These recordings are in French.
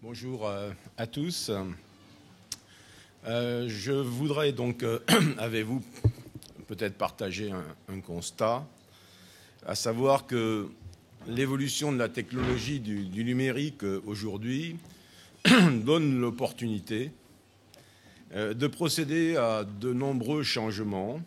Bonjour à tous. Je voudrais donc avec vous peut-être partager un constat, à savoir que l'évolution de la technologie du numérique aujourd'hui donne l'opportunité de procéder à de nombreux changements,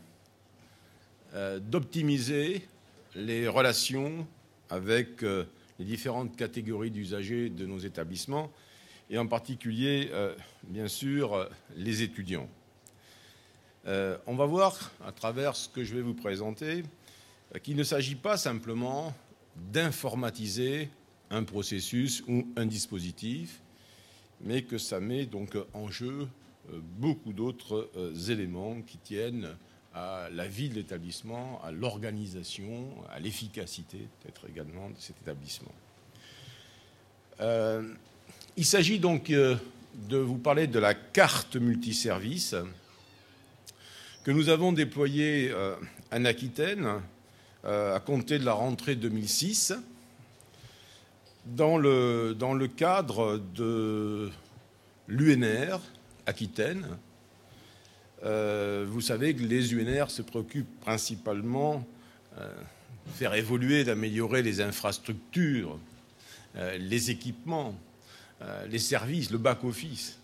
d'optimiser les relations avec les différentes catégories d'usagers de nos établissements, et en particulier, bien sûr, les étudiants. On va voir, à travers ce que je vais vous présenter, qu'il ne s'agit pas simplement d'informatiser un processus ou un dispositif, mais que ça met donc en jeu beaucoup d'autres éléments qui tiennent à la vie de l'établissement, à l'organisation, à l'efficacité peut-être également de cet établissement. Il s'agit donc de vous parler de la carte multiservice que nous avons déployée en Aquitaine à compter de la rentrée 2006 dans le cadre de l'UNR Aquitaine. Vous savez que les UNR se préoccupent principalement de faire évoluer, d'améliorer les infrastructures, les équipements, les services, le back-office.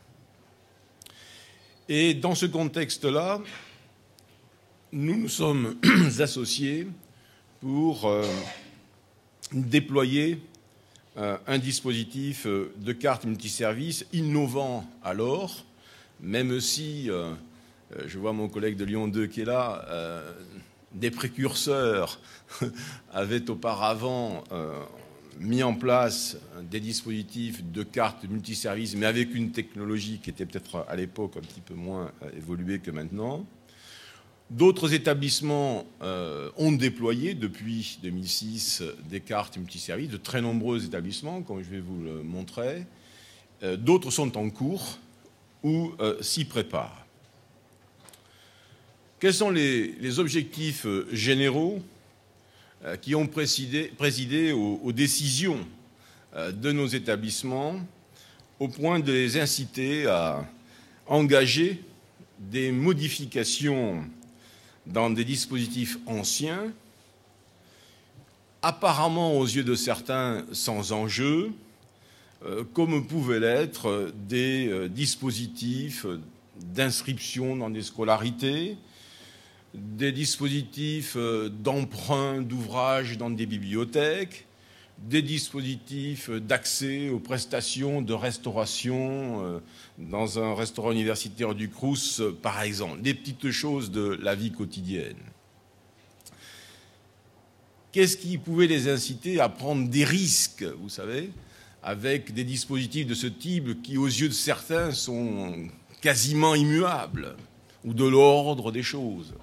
Et dans ce contexte-là, nous nous sommes associés pour déployer un dispositif de carte multiservice innovant alors, même si, je vois mon collègue de Lyon 2 qui est là, des précurseurs avaient auparavant mis en place des dispositifs de cartes multiservices, mais avec une technologie qui était peut-être à l'époque un petit peu moins évoluée que maintenant. D'autres établissements ont déployé depuis 2006 des cartes multiservices, de très nombreux établissements, comme je vais vous le montrer. D'autres sont en cours ou s'y préparent. Quels sont les objectifs généraux qui ont présidé aux décisions de nos établissements au point de les inciter à engager des modifications dans des dispositifs anciens, apparemment aux yeux de certains sans enjeu, comme pouvaient l'être des dispositifs d'inscription dans des scolarités, des dispositifs d'emprunt d'ouvrages dans des bibliothèques, des dispositifs d'accès aux prestations de restauration dans un restaurant universitaire du Crous, par exemple, des petites choses de la vie quotidienne. Qu'est-ce qui pouvait les inciter à prendre des risques, vous savez, avec des dispositifs de ce type qui, aux yeux de certains, sont quasiment immuables ou de l'ordre des choses?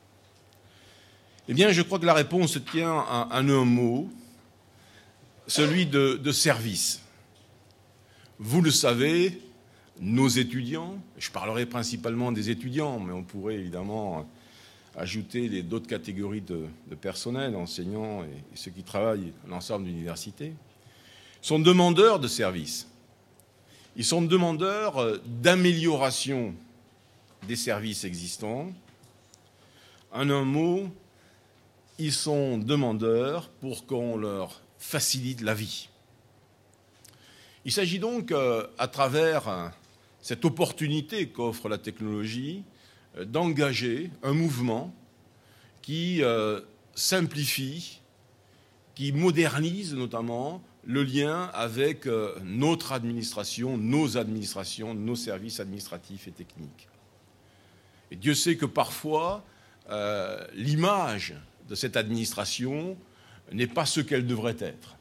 Eh bien, je crois que la réponse tient en un mot, celui de service. Vous le savez, nos étudiants, je parlerai principalement des étudiants, mais on pourrait évidemment ajouter d'autres catégories de personnel, enseignants et ceux qui travaillent à l'ensemble de l'université, sont demandeurs de services. Ils sont demandeurs d'amélioration des services existants. En un mot, ils sont demandeurs pour qu'on leur facilite la vie. Il s'agit donc, à travers cette opportunité qu'offre la technologie, d'engager un mouvement qui simplifie, qui modernise notamment le lien avec notre administration, nos services administratifs et techniques. Et Dieu sait que parfois, l'image de cette administration n'est pas ce qu'elle devrait être.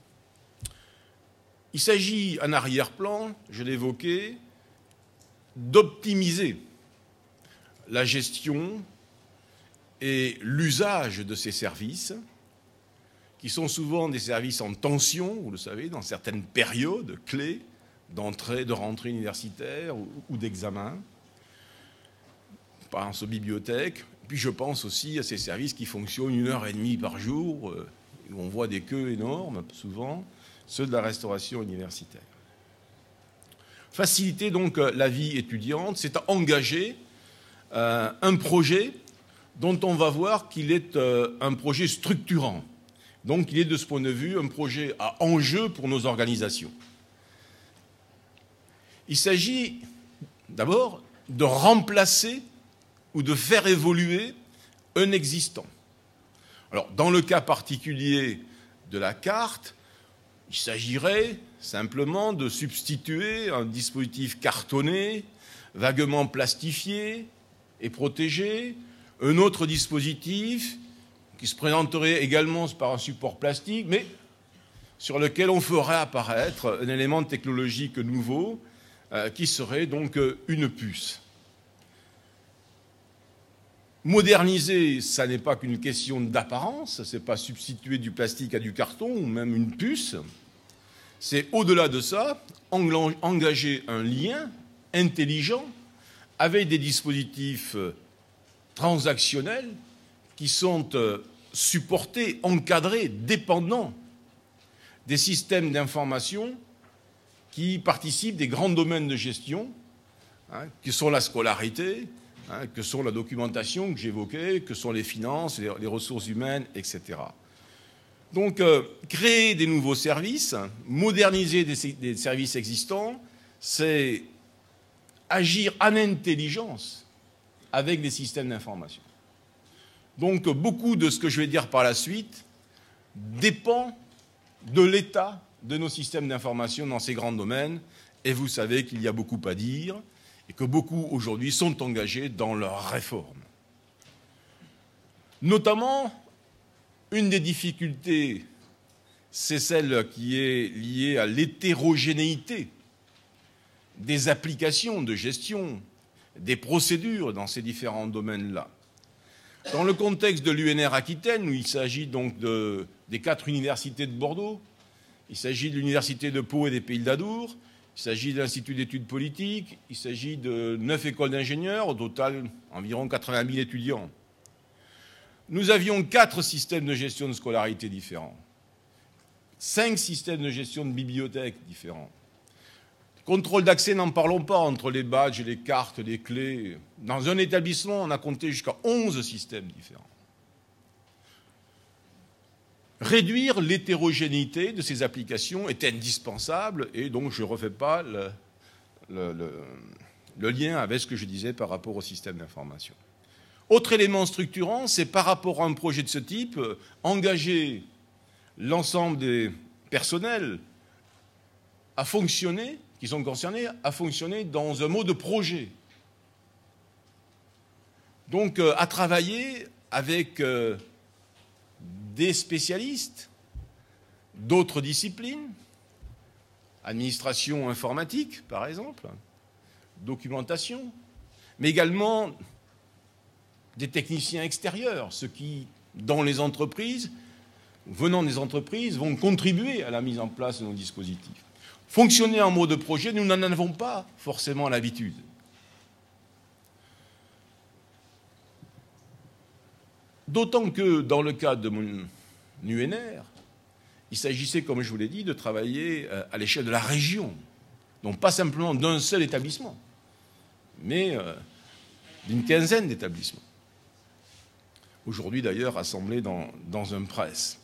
Il s'agit, en arrière-plan, je l'évoquais, d'optimiser la gestion et l'usage de ces services, qui sont souvent des services en tension, vous le savez, dans certaines périodes clés d'entrée, de rentrée universitaire ou d'examen. Je pense aux bibliothèques. Puis je pense aussi à ces services qui fonctionnent 1h30 par jour, où on voit des queues énormes, souvent, ceux de la restauration universitaire. Faciliter donc la vie étudiante, c'est engager un projet dont on va voir qu'il est un projet structurant. Donc il est de ce point de vue un projet à enjeu pour nos organisations. Il s'agit d'abord de remplacer ou de faire évoluer un existant. Alors, dans le cas particulier de la carte, il s'agirait simplement de substituer un dispositif cartonné, vaguement plastifié et protégé, un autre dispositif qui se présenterait également par un support plastique, mais sur lequel on ferait apparaître un élément technologique nouveau, qui serait donc une puce. Moderniser, ça n'est pas qu'une question d'apparence, ce n'est pas substituer du plastique à du carton ou même une puce. C'est au-delà de ça, engager un lien intelligent avec des dispositifs transactionnels qui sont supportés, encadrés, dépendants des systèmes d'information qui participent des grands domaines de gestion, qui sont la scolarité, que sont la documentation que j'évoquais, que sont les finances, les ressources humaines, etc. Donc, créer des nouveaux services, moderniser des services existants, c'est agir en intelligence avec des systèmes d'information. Donc, beaucoup de ce que je vais dire par la suite dépend de l'état de nos systèmes d'information dans ces grands domaines, et vous savez qu'il y a beaucoup à dire, et que beaucoup aujourd'hui sont engagés dans leur réforme. Notamment, une des difficultés, c'est celle qui est liée à l'hétérogénéité des applications de gestion, des procédures dans ces différents domaines-là. Dans le contexte de l'UNR Aquitaine, où il s'agit donc des 4 universités de Bordeaux, il s'agit de l'université de Pau et des Pays de l'Adour, il s'agit de l'Institut d'études politiques, il s'agit de 9 écoles d'ingénieurs, au total environ 80 000 étudiants. Nous avions 4 systèmes de gestion de scolarité différents, 5 systèmes de gestion de bibliothèques différents. Contrôle d'accès, n'en parlons pas, entre les badges, les cartes, les clés. Dans un établissement, on a compté jusqu'à 11 systèmes différents. Réduire l'hétérogénéité de ces applications est indispensable, et donc je ne refais pas le lien avec ce que je disais par rapport au système d'information. Autre élément structurant, c'est par rapport à un projet de ce type, engager l'ensemble des personnels à fonctionner, qui sont concernés, à fonctionner dans un mode projet. Donc à travailler avec des spécialistes d'autres disciplines, administration informatique par exemple, documentation, mais également des techniciens extérieurs, ceux qui, dans les entreprises, venant des entreprises, vont contribuer à la mise en place de nos dispositifs. Fonctionner en mode projet, nous n'en avons pas forcément l'habitude. D'autant que, dans le cadre de mon UNR, il s'agissait, comme je vous l'ai dit, de travailler à l'échelle de la région. Donc pas simplement d'un seul établissement, mais d'une quinzaine d'établissements. Aujourd'hui, d'ailleurs, rassemblés dans un press.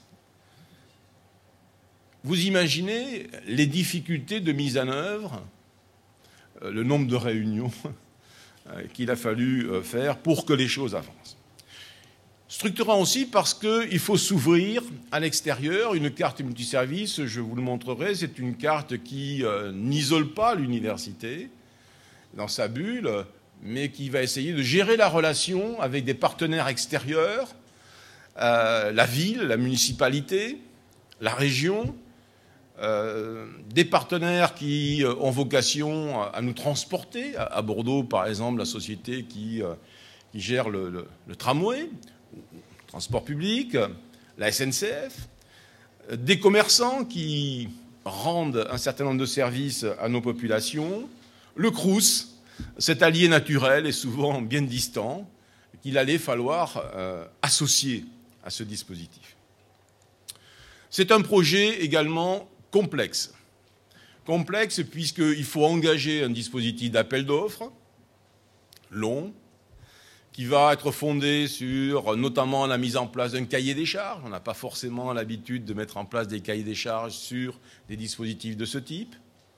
Vous imaginez les difficultés de mise en œuvre, le nombre de réunions qu'il a fallu faire pour que les choses avancent. Structurant aussi parce qu'il faut s'ouvrir à l'extérieur. Une carte multiservice, je vous le montrerai, c'est une carte qui n'isole pas l'université dans sa bulle, mais qui va essayer de gérer la relation avec des partenaires extérieurs, la ville, la municipalité, la région, des partenaires qui ont vocation à nous transporter. À Bordeaux, par exemple, la société qui gère le tramway, le transport public, la SNCF, des commerçants qui rendent un certain nombre de services à nos populations, le Crous, cet allié naturel et souvent bien distant, qu'il allait falloir associer à ce dispositif. C'est un projet également complexe. Complexe puisqu'il faut engager un dispositif d'appel d'offres long, qui va être fondé sur notamment la mise en place d'un cahier des charges. On n'a pas forcément l'habitude de mettre en place des cahiers des charges sur des dispositifs de ce type.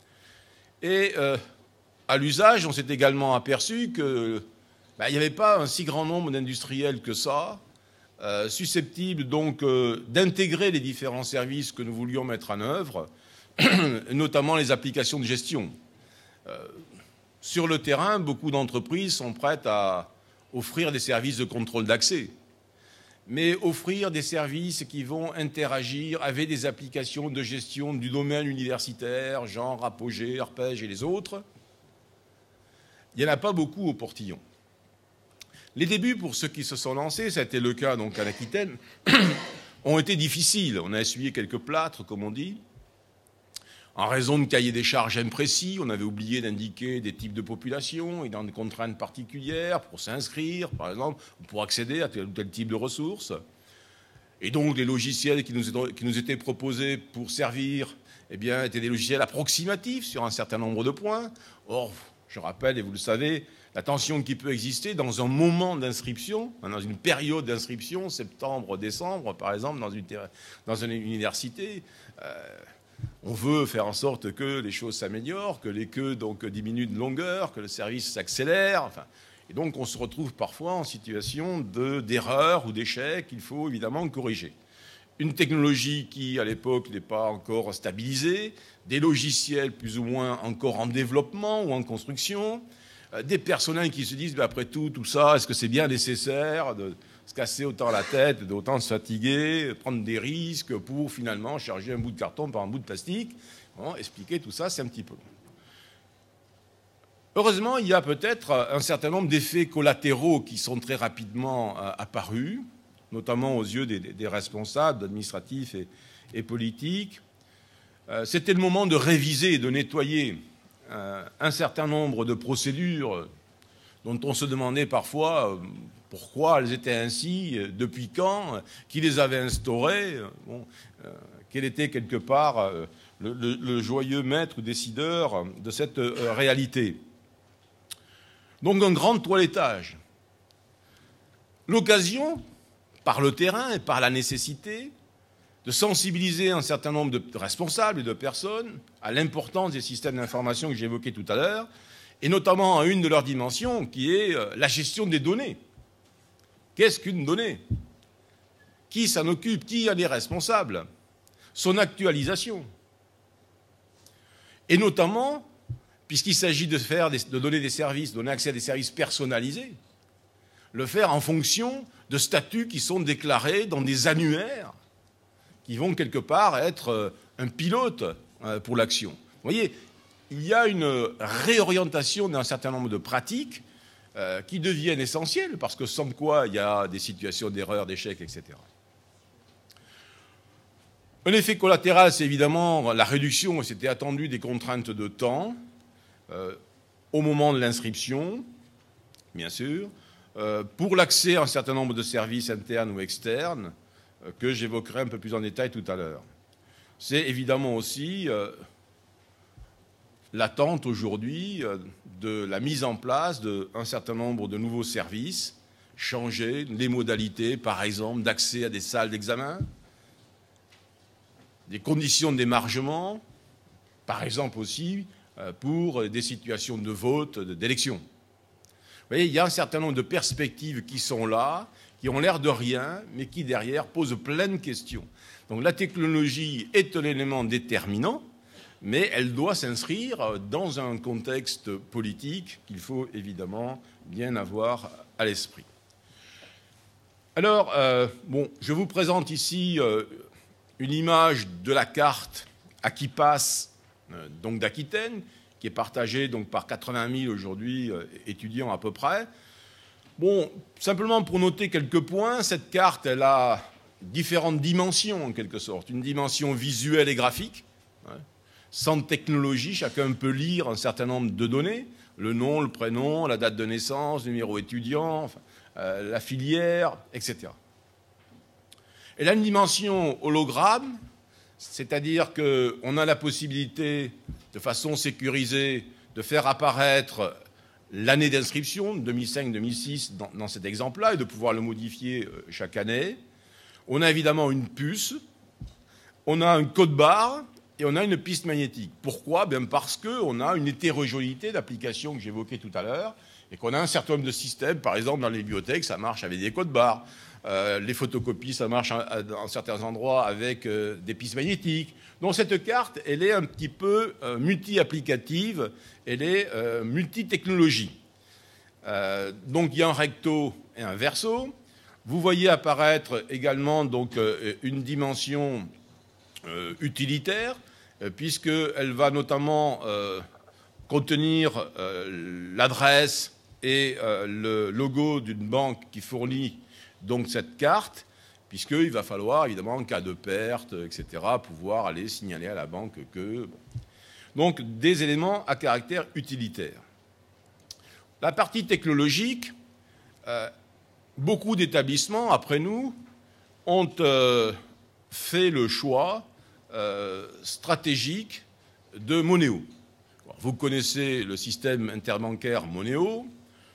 Et à l'usage, on s'est également aperçu qu'il n'y avait pas un si grand nombre d'industriels que ça, susceptibles donc d'intégrer les différents services que nous voulions mettre en œuvre, notamment les applications de gestion. Sur le terrain, beaucoup d'entreprises sont prêtes à offrir des services de contrôle d'accès, mais offrir des services qui vont interagir avec des applications de gestion du domaine universitaire, genre Apogée, Arpège et les autres, il n'y en a pas beaucoup au portillon. Les débuts, pour ceux qui se sont lancés, ça a été le cas donc en Aquitaine, ont été difficiles. On a essuyé quelques plâtres, comme on dit, en raison de cahiers des charges imprécis. On avait oublié d'indiquer des types de population et dans des contraintes particulières pour s'inscrire, par exemple, ou pour accéder à tel ou tel type de ressources. Et donc, les logiciels qui nous étaient proposés pour servir étaient des logiciels approximatifs sur un certain nombre de points. Or, je rappelle, et vous le savez, la tension qui peut exister dans un moment d'inscription, dans une période d'inscription, septembre, décembre, par exemple, dans une université, on veut faire en sorte que les choses s'améliorent, que les queues donc, diminuent de longueur, que le service s'accélère. Et donc, on se retrouve parfois en situation d'erreur ou d'échec qu'il faut évidemment corriger. Une technologie qui, à l'époque, n'est pas encore stabilisée, des logiciels plus ou moins encore en développement ou en construction, des personnels qui se disent, après tout ça, est-ce que c'est bien nécessaire de se casser autant la tête, d'autant se fatiguer, prendre des risques pour finalement charger un bout de carton par un bout de plastique. Bon, expliquer tout ça, c'est un petit peu long. Heureusement, il y a peut-être un certain nombre d'effets collatéraux qui sont très rapidement apparus, notamment aux yeux des responsables administratifs et politiques. C'était le moment de réviser et de nettoyer un certain nombre de procédures dont on se demandait parfois pourquoi elles étaient ainsi, depuis quand, qui les avait instaurées, quel était quelque part le joyeux maître ou décideur de cette réalité. Donc un grand toilettage. L'occasion, par le terrain et par la nécessité, de sensibiliser un certain nombre de responsables et de personnes à l'importance des systèmes d'information que j'évoquais tout à l'heure, et notamment à une de leurs dimensions, qui est la gestion des données. Qu'est-ce qu'une donnée? Qui s'en occupe? Qui en est responsable? Son actualisation. Et notamment, puisqu'il s'agit de donner des services, donner accès à des services personnalisés, le faire en fonction de statuts qui sont déclarés dans des annuaires qui vont quelque part être un pilote pour l'action. Vous voyez, il y a une réorientation d'un certain nombre de pratiques qui deviennent essentielles, parce que sans quoi il y a des situations d'erreur, d'échec, etc. Un effet collatéral, c'est évidemment la réduction, et c'était attendu, des contraintes de temps au moment de l'inscription, bien sûr, pour l'accès à un certain nombre de services internes ou externes, que j'évoquerai un peu plus en détail tout à l'heure. C'est évidemment aussi l'attente aujourd'hui de la mise en place d'un certain nombre de nouveaux services, changer les modalités, par exemple, d'accès à des salles d'examen, des conditions de démargement, par exemple aussi pour des situations de vote, d'élection. Vous voyez, il y a un certain nombre de perspectives qui sont là, qui ont l'air de rien, mais qui, derrière, posent plein de questions. Donc la technologie est un élément déterminant, mais elle doit s'inscrire dans un contexte politique qu'il faut évidemment bien avoir à l'esprit. Alors, je vous présente ici une image de la carte Aquipass, donc d'Aquitaine, qui est partagée donc, par 80 000 aujourd'hui étudiants à peu près. Bon, simplement pour noter quelques points, cette carte, elle a différentes dimensions en quelque sorte. Une dimension visuelle et graphique. Sans technologie, chacun peut lire un certain nombre de données, le nom, le prénom, la date de naissance, le numéro étudiant, la filière, etc. Elle a une dimension hologramme, C'est-à-dire qu'on a la possibilité, de façon sécurisée, de faire apparaître l'année d'inscription, 2005-2006, dans cet exemple-là, et de pouvoir le modifier chaque année. On a évidemment une puce, on a un code-barre, et on a une piste magnétique. Pourquoi? Bien parce qu'on a une hétérogénéité d'applications que j'évoquais tout à l'heure, et qu'on a un certain nombre de systèmes. Par exemple, dans les bibliothèques, ça marche avec des codes-barres. Les photocopies, ça marche en certains endroits avec des pistes magnétiques. Donc cette carte, elle est un petit peu multi-applicative, elle est multi-technologie. Donc il y a un recto et un verso. Vous voyez apparaître également donc, une dimension utilitaire, puisqu'elle va notamment contenir l'adresse et le logo d'une banque qui fournit donc cette carte, puisqu'il va falloir, évidemment, en cas de perte, etc., pouvoir aller signaler à la banque que... Donc, des éléments à caractère utilitaire. La partie technologique, beaucoup d'établissements, après nous, ont fait le choix stratégique de Monéo. Vous connaissez le système interbancaire Monéo.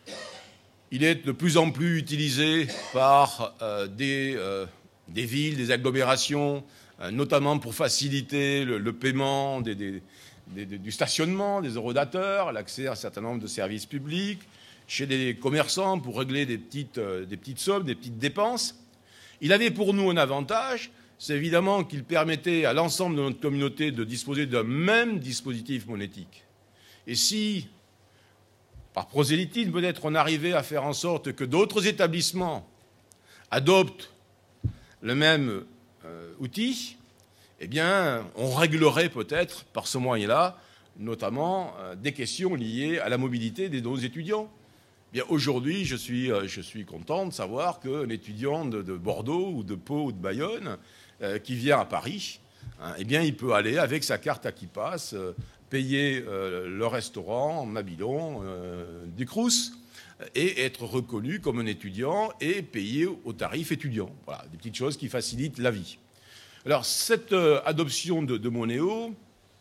Il est de plus en plus utilisé par des villes, des agglomérations, notamment pour faciliter le paiement du stationnement, des eurodateurs, l'accès à un certain nombre de services publics, chez des commerçants pour régler des petites sommes, des petites dépenses. Il avait pour nous un avantage, c'est évidemment qu'il permettait à l'ensemble de notre communauté de disposer d'un même dispositif monétique. Et si, par prosélytisme, peut-être on arrivait à faire en sorte que d'autres établissements adoptent le même outil, eh bien, on réglerait peut-être par ce moyen-là, notamment des questions liées à la mobilité de nos étudiants. Bien, aujourd'hui, je suis content de savoir qu'un étudiant de Bordeaux ou de Pau ou de Bayonne qui vient à Paris, eh bien, il peut aller avec sa carte Aquipass payer le restaurant Mabilon du Crous et être reconnu comme un étudiant et payer au tarif étudiant. Voilà, des petites choses qui facilitent la vie. Alors, cette adoption de Monéo,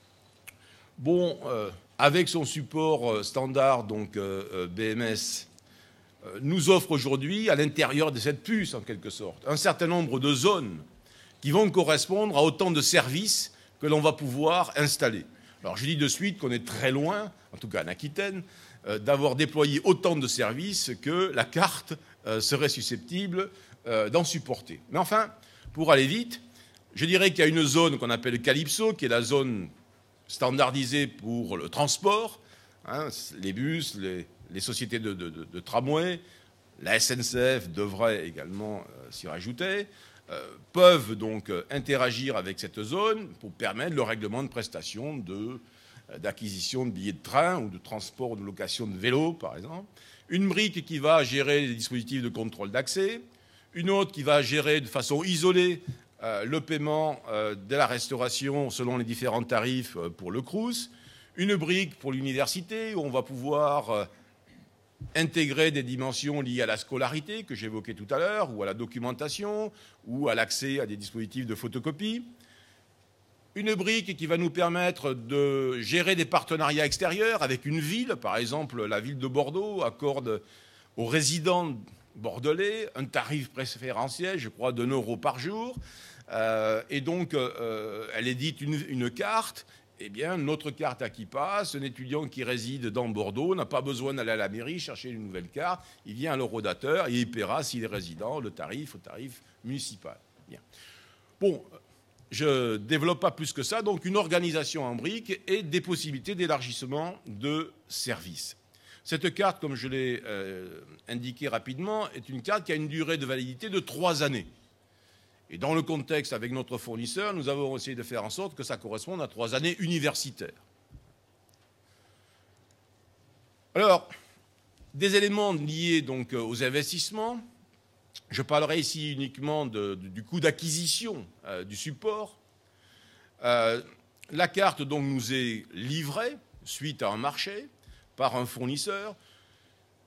bon, avec son support standard, donc BMS, nous offre aujourd'hui, à l'intérieur de cette puce, en quelque sorte, un certain nombre de zones qui vont correspondre à autant de services que l'on va pouvoir installer. Alors, je dis de suite qu'on est très loin, en tout cas en Aquitaine, d'avoir déployé autant de services que la carte serait susceptible d'en supporter. Mais enfin, pour aller vite, je dirais qu'il y a une zone qu'on appelle Calypso, qui est la zone standardisée pour le transport, hein, les bus, les sociétés de tramway, la SNCF devrait également s'y rajouter, peuvent donc interagir avec cette zone pour permettre le règlement de prestations d'acquisition de billets de train ou de transport ou de location de vélo, par exemple. Une brique qui va gérer les dispositifs de contrôle d'accès, une autre qui va gérer de façon isolée le paiement de la restauration selon les différents tarifs pour le Crous, une brique pour l'université où on va pouvoir intégrer des dimensions liées à la scolarité que j'évoquais tout à l'heure, ou à la documentation, ou à l'accès à des dispositifs de photocopie. Une brique qui va nous permettre de gérer des partenariats extérieurs avec une ville. Par exemple, la ville de Bordeaux accorde aux résidents bordelais un tarif préférentiel, je crois, de 1 € par jour. Et donc, elle édite une carte. Eh bien, notre carte Aquipass, un étudiant qui réside dans Bordeaux n'a pas besoin d'aller à la mairie chercher une nouvelle carte. Il vient à l'eurodateur et il paiera, s'il est résident, le tarif au tarif municipal. Bien. Bon, je ne développe pas plus que ça. Donc, une organisation en briques et des possibilités d'élargissement de services. Cette carte, comme je l'ai indiqué rapidement, est une carte qui a une durée de validité de 3 années. Et dans le contexte avec notre fournisseur, nous avons essayé de faire en sorte que ça corresponde à 3 années universitaires. Alors, des éléments liés donc aux investissements. Je parlerai ici uniquement du coût d'acquisition du support. La carte donc nous est livrée suite à un marché par un fournisseur.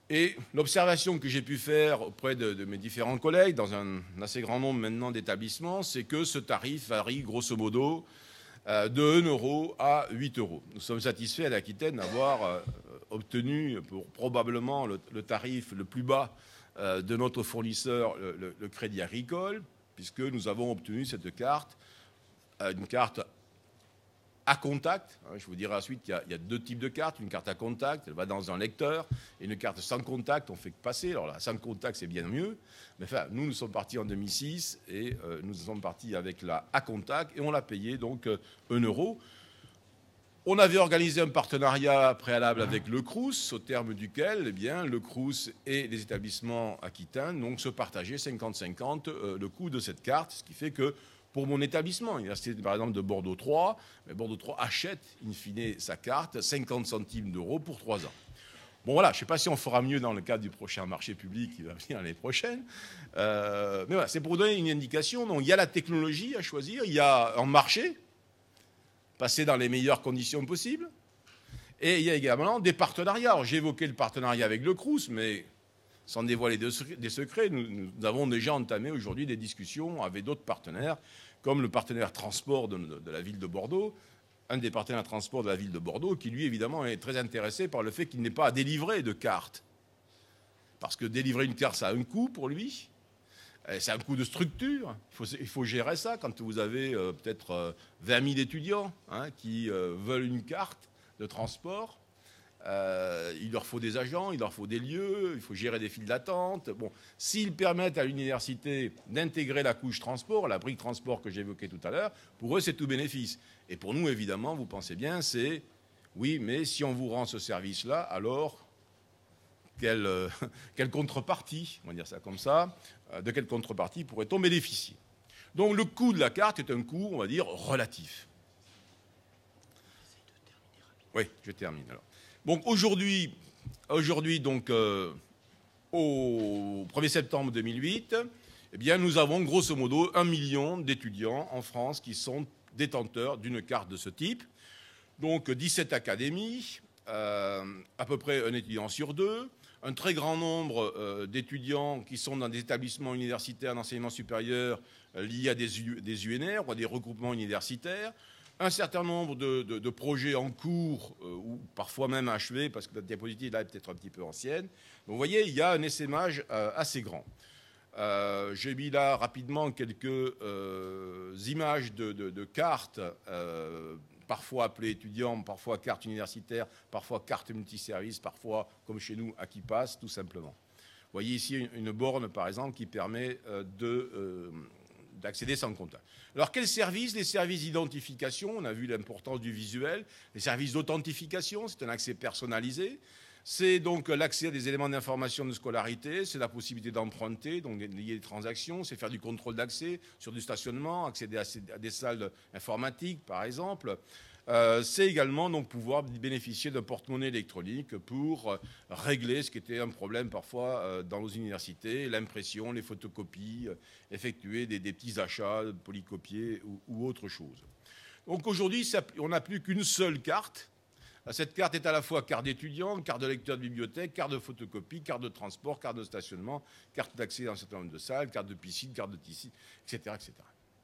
Et l'observation que j'ai pu faire auprès de mes différents collègues, dans un assez grand nombre maintenant d'établissements, c'est que ce tarif varie grosso modo de 1 euro à 8 euros. Nous sommes satisfaits à l'Aquitaine d'avoir obtenu probablement le tarif le plus bas de notre fournisseur, le Crédit Agricole, puisque nous avons obtenu cette carte, une carte à contact. Je vous dirai ensuite qu'il y a 2 types de cartes. Une carte à contact, elle va dans un lecteur, et une carte sans contact, on fait que passer. Alors là, sans contact, c'est bien mieux. Mais enfin, nous sommes partis en 2006, et nous sommes partis avec la à contact, et on l'a payé donc 1 euro. On avait organisé un partenariat préalable avec le Crous, au terme duquel eh bien, le Crous et les établissements aquitains donc, se partageaient 50-50 le coût de cette carte, ce qui fait que pour mon établissement, l'université par exemple de Bordeaux 3, mais Bordeaux 3 achète in fine sa carte 50 centimes d'euros pour 3 ans. Bon voilà, je ne sais pas si on fera mieux dans le cadre du prochain marché public qui va venir l'année prochaine, mais voilà, c'est pour donner une indication. Donc il y a la technologie à choisir, il y a un marché, passer dans les meilleures conditions possibles, et il y a également des partenariats. Alors j'ai évoqué le partenariat avec le Crous, mais sans dévoiler des secrets, nous avons déjà entamé aujourd'hui des discussions avec d'autres partenaires, comme le partenaire transport de la ville de Bordeaux, un des partenaires transport de la ville de Bordeaux, qui lui, évidemment, est très intéressé par le fait qu'il n'ait pas à délivrer de carte. Parce que délivrer une carte, ça a un coût pour lui, c'est un coût de structure, il faut gérer ça quand vous avez peut-être 20 000 étudiants qui veulent une carte de transport. Il leur faut des agents, il leur faut des lieux, il faut gérer des files d'attente. Bon, s'ils permettent à l'université d'intégrer la couche transport, la brique transport que j'évoquais tout à l'heure, pour eux, c'est tout bénéfice. Et pour nous, évidemment, vous pensez bien, c'est oui, mais si on vous rend ce service-là, alors quelle contrepartie, on va dire ça comme ça, de quelle contrepartie pourrait-on bénéficier? Donc le coût de la carte est un coût, on va dire, relatif. Oui, je termine alors. Donc aujourd'hui donc, au 1er septembre 2008, eh bien, nous avons grosso modo 1 million d'étudiants en France qui sont détenteurs d'une carte de ce type. Donc 17 académies, à peu près un étudiant sur 2, un très grand nombre d'étudiants qui sont dans des établissements universitaires d'enseignement supérieur liés à des UNR ou à des regroupements universitaires, un certain nombre de projets en cours, ou parfois même achevés, parce que la diapositive là est peut-être un petit peu ancienne. Donc, vous voyez, il y a un essaimage assez grand. J'ai mis là rapidement quelques images de cartes, parfois appelées étudiants, parfois cartes universitaires, parfois cartes multiservices, parfois, comme chez nous, à qui passe, tout simplement. Vous voyez ici une borne, par exemple, qui permet d'accéder sans contact. Alors, quels services? Les services d'identification, on a vu l'importance du visuel. Les services d'authentification, c'est un accès personnalisé. C'est donc l'accès à des éléments d'information de scolarité, c'est la possibilité d'emprunter, donc lier des transactions, c'est faire du contrôle d'accès sur du stationnement, accéder à des salles informatiques, par exemple. C'est également donc pouvoir bénéficier d'un porte-monnaie électronique pour régler ce qui était un problème parfois dans nos universités, l'impression, les photocopies, effectuer des petits achats, polycopier ou autre chose. Donc aujourd'hui, on n'a plus qu'une seule carte. Cette carte est à la fois carte d'étudiant, carte de lecteur de bibliothèque, carte de photocopie, carte de transport, carte de stationnement, carte d'accès dans un certain nombre de salles, carte de piscine, carte de tissu, etc., etc.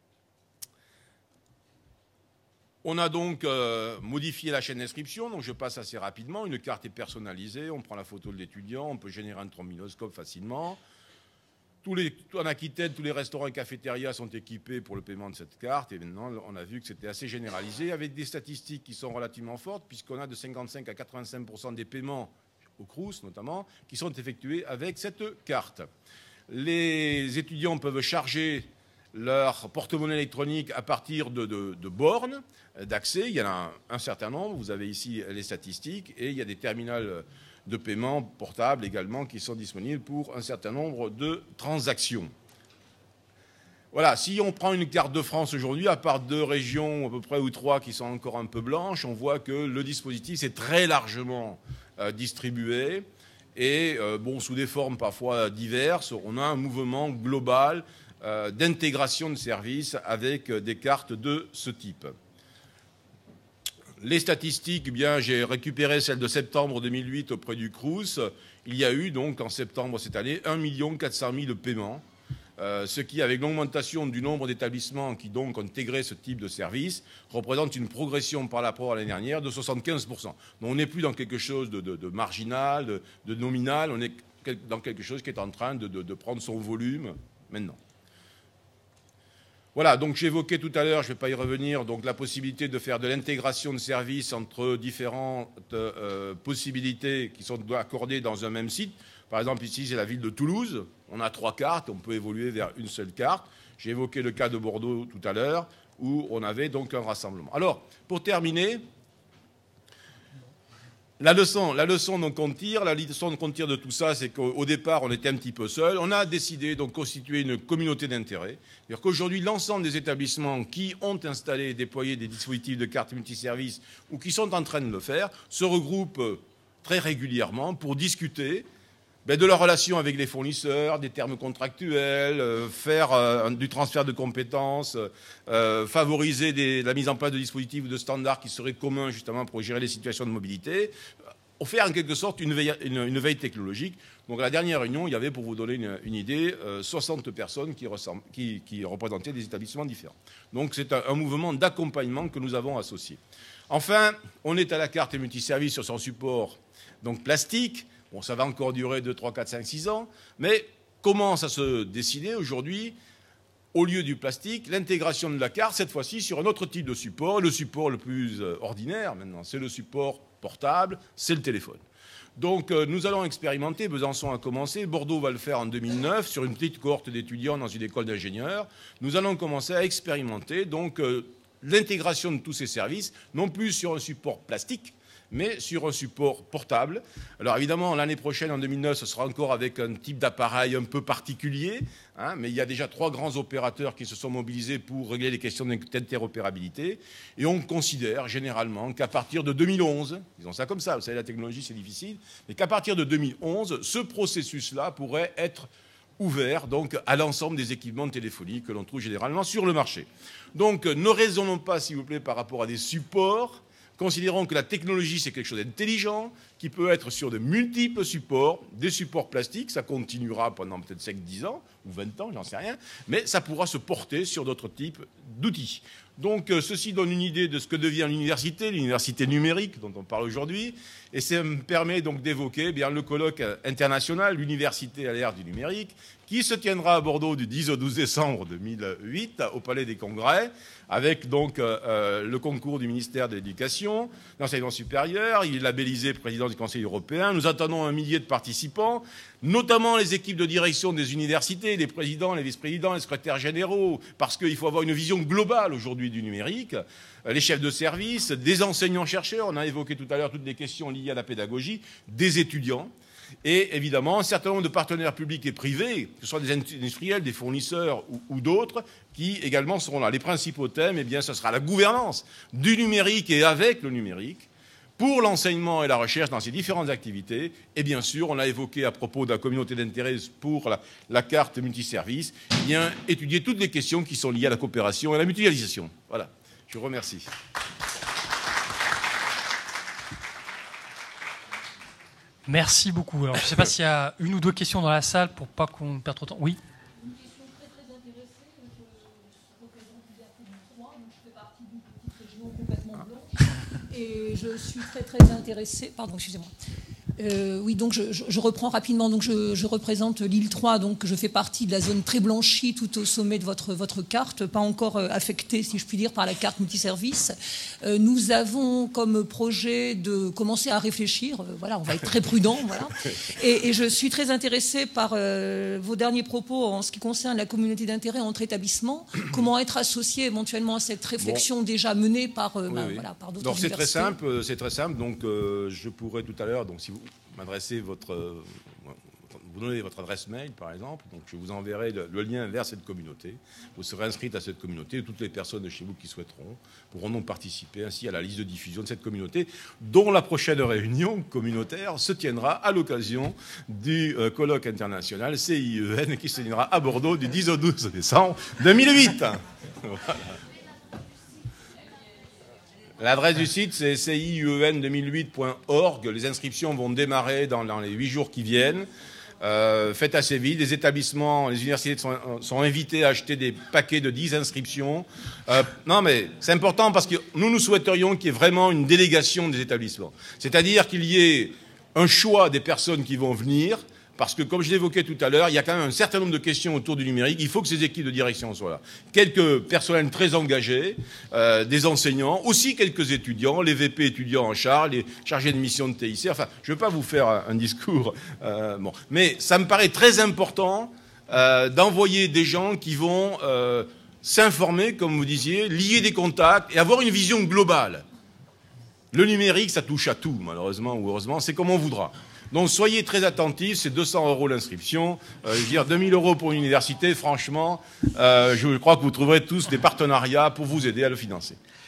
On a donc modifié la chaîne d'inscription, donc je passe assez rapidement. Une carte est personnalisée, on prend la photo de l'étudiant, on peut générer un trombinoscope facilement. En Aquitaine, tous les restaurants et cafétérias sont équipés pour le paiement de cette carte. Et maintenant, on a vu que c'était assez généralisé, avec des statistiques qui sont relativement fortes, puisqu'on a de 55 à 85% des paiements, au Crous notamment, qui sont effectués avec cette carte. Les étudiants peuvent charger leur porte-monnaie électronique à partir de bornes d'accès. Il y en a un certain nombre. Vous avez ici les statistiques. Et il y a des terminals de paiement portables également qui sont disponibles pour un certain nombre de transactions. Voilà, si on prend une carte de France aujourd'hui, à part 2 régions à peu près ou 3 qui sont encore un peu blanches, on voit que le dispositif s'est très largement distribué. Et bon, sous des formes parfois diverses, on a un mouvement global d'intégration de services avec des cartes de ce type. les statistiques, eh bien, j'ai récupéré celles de septembre 2008 auprès du Crous. Il y a eu donc en septembre cette année 1 400 000 paiements, ce qui, avec l'augmentation du nombre d'établissements qui donc ont intégré ce type de service, représente une progression par rapport à l'année dernière de 75%. Donc on n'est plus dans quelque chose de marginal, de nominal, on est dans quelque chose qui est en train de prendre son volume maintenant. Voilà, donc j'évoquais tout à l'heure, je ne vais pas y revenir, donc la possibilité de faire de l'intégration de services entre différentes possibilités qui sont accordées dans un même site. Par exemple, ici, c'est la ville de Toulouse. On a 3 cartes, on peut évoluer vers une seule carte. J'ai évoqué le cas de Bordeaux tout à l'heure, où on avait donc un rassemblement. Alors, pour terminer, la leçon donc qu'on tire, la leçon qu'on tire de tout ça, c'est qu'au départ, on était un petit peu seul. On a décidé donc de constituer une communauté d'intérêt. C'est-à-dire qu'aujourd'hui, l'ensemble des établissements qui ont installé et déployé des dispositifs de cartes multiservices ou qui sont en train de le faire se regroupent très régulièrement pour discuter de leur relation avec les fournisseurs, des termes contractuels, faire du transfert de compétences, favoriser la mise en place de dispositifs ou de standards qui seraient communs justement pour gérer les situations de mobilité, faire en quelque sorte une veille technologique. Donc à la dernière réunion, il y avait, pour vous donner une idée, 60 personnes qui représentaient des établissements différents. Donc c'est un mouvement d'accompagnement que nous avons associé. Enfin, on est à la carte multiservice sur son support donc plastique. Bon, ça va encore durer 2, 3, 4, 5, 6 ans, mais commence à se décider aujourd'hui, au lieu du plastique, l'intégration de la carte, cette fois-ci, sur un autre type de support. Le support le plus ordinaire, maintenant, c'est le support portable, c'est le téléphone. Donc, nous allons expérimenter, Besançon a commencé, Bordeaux va le faire en 2009, sur une petite cohorte d'étudiants dans une école d'ingénieurs. Nous allons commencer à expérimenter, donc, l'intégration de tous ces services, non plus sur un support plastique, mais sur un support portable. Alors évidemment, l'année prochaine, en 2009, ce sera encore avec un type d'appareil un peu particulier, hein, mais il y a déjà 3 grands opérateurs qui se sont mobilisés pour régler les questions d'interopérabilité. Et on considère généralement qu'à partir de 2011, disons ça comme ça, vous savez, la technologie c'est difficile, mais qu'à partir de 2011, ce processus-là pourrait être ouvert donc, à l'ensemble des équipements téléphoniques que l'on trouve généralement sur le marché. Donc ne raisonnons pas, s'il vous plaît, par rapport à des supports. Considérons que la technologie, c'est quelque chose d'intelligent, qui peut être sur de multiples supports, des supports plastiques, ça continuera pendant peut-être 5-10 ans, ou 20 ans, j'en sais rien, mais ça pourra se porter sur d'autres types d'outils. Donc ceci donne une idée de ce que devient l'université numérique dont on parle aujourd'hui, et ça me permet donc d'évoquer le colloque international, l'université à l'ère du numérique, qui se tiendra à Bordeaux du 10 au 12 décembre 2008 au Palais des Congrès, avec donc le concours du ministère de l'Éducation, de l'Enseignement supérieur. Il est labellisé président du Conseil européen. Nous attendons 1 millier de participants, notamment les équipes de direction des universités, les présidents, les vice-présidents, les secrétaires généraux, parce qu'il faut avoir une vision globale aujourd'hui du numérique, les chefs de service, des enseignants-chercheurs, on a évoqué tout à l'heure toutes les questions liées à la pédagogie, des étudiants, et évidemment un certain nombre de partenaires publics et privés, que ce soit des industriels, des fournisseurs ou d'autres, qui également seront là. Les principaux thèmes, ce sera la gouvernance du numérique et avec le numérique, pour l'enseignement et la recherche dans ces différentes activités. Et bien sûr, on a évoqué à propos de la communauté d'intérêt pour la carte multiservice, étudier toutes les questions qui sont liées à la coopération et à la mutualisation. Voilà, je vous remercie. Merci beaucoup. Alors, je ne sais pas s'il y a 1 ou 2 questions dans la salle pour pas qu'on perde trop de temps. Oui. Une question très intéressée. Je représente l'UDAP 3, donc je fais partie d'une petite région complètement blanche. Et je suis très intéressée. Pardon, excusez-moi. Oui, donc je reprends rapidement. Donc je représente l'île 3, donc je fais partie de la zone très blanchie tout au sommet de votre carte, pas encore affectée, si je puis dire, par la carte multiservice. Nous avons comme projet de commencer à réfléchir. Voilà, on va être très prudent. Voilà. Et je suis très intéressée par vos derniers propos en ce qui concerne la communauté d'intérêt entre établissements. Comment être associé éventuellement à cette réflexion déjà menée par, voilà, par d'autres universités. C'est très simple. Donc je pourrais tout à l'heure, donc si vous m'adressez vous donnez votre adresse mail, par exemple, donc je vous enverrai le lien vers cette communauté. Vous serez inscrite à cette communauté. Toutes les personnes de chez vous qui souhaiteront pourront donc participer ainsi à la liste de diffusion de cette communauté, dont la prochaine réunion communautaire se tiendra à l'occasion du colloque international CIEN qui se tiendra à Bordeaux du 10 au 12 décembre 2008. Voilà. L'adresse du site, c'est cien2008.org. Les inscriptions vont démarrer dans les 8 jours qui viennent. Faites assez vite. Les établissements, les universités sont invités à acheter des paquets de 10 inscriptions. Non, mais c'est important parce que nous souhaiterions qu'il y ait vraiment une délégation des établissements. C'est-à-dire qu'il y ait un choix des personnes qui vont venir. Parce que, comme je l'évoquais tout à l'heure, il y a quand même un certain nombre de questions autour du numérique. Il faut que ces équipes de direction soient là. Quelques personnels très engagés, des enseignants, aussi quelques étudiants, les VP étudiants en charge, les chargés de mission de TIC. Enfin, je ne veux pas vous faire un discours. Bon. Mais ça me paraît très important d'envoyer des gens qui vont s'informer, comme vous disiez, lier des contacts et avoir une vision globale. Le numérique, ça touche à tout, malheureusement ou heureusement. C'est comme on voudra. Donc soyez très attentifs, c'est 200 € l'inscription. Je veux dire, 2000 € pour une université, franchement, je crois que vous trouverez tous des partenariats pour vous aider à le financer.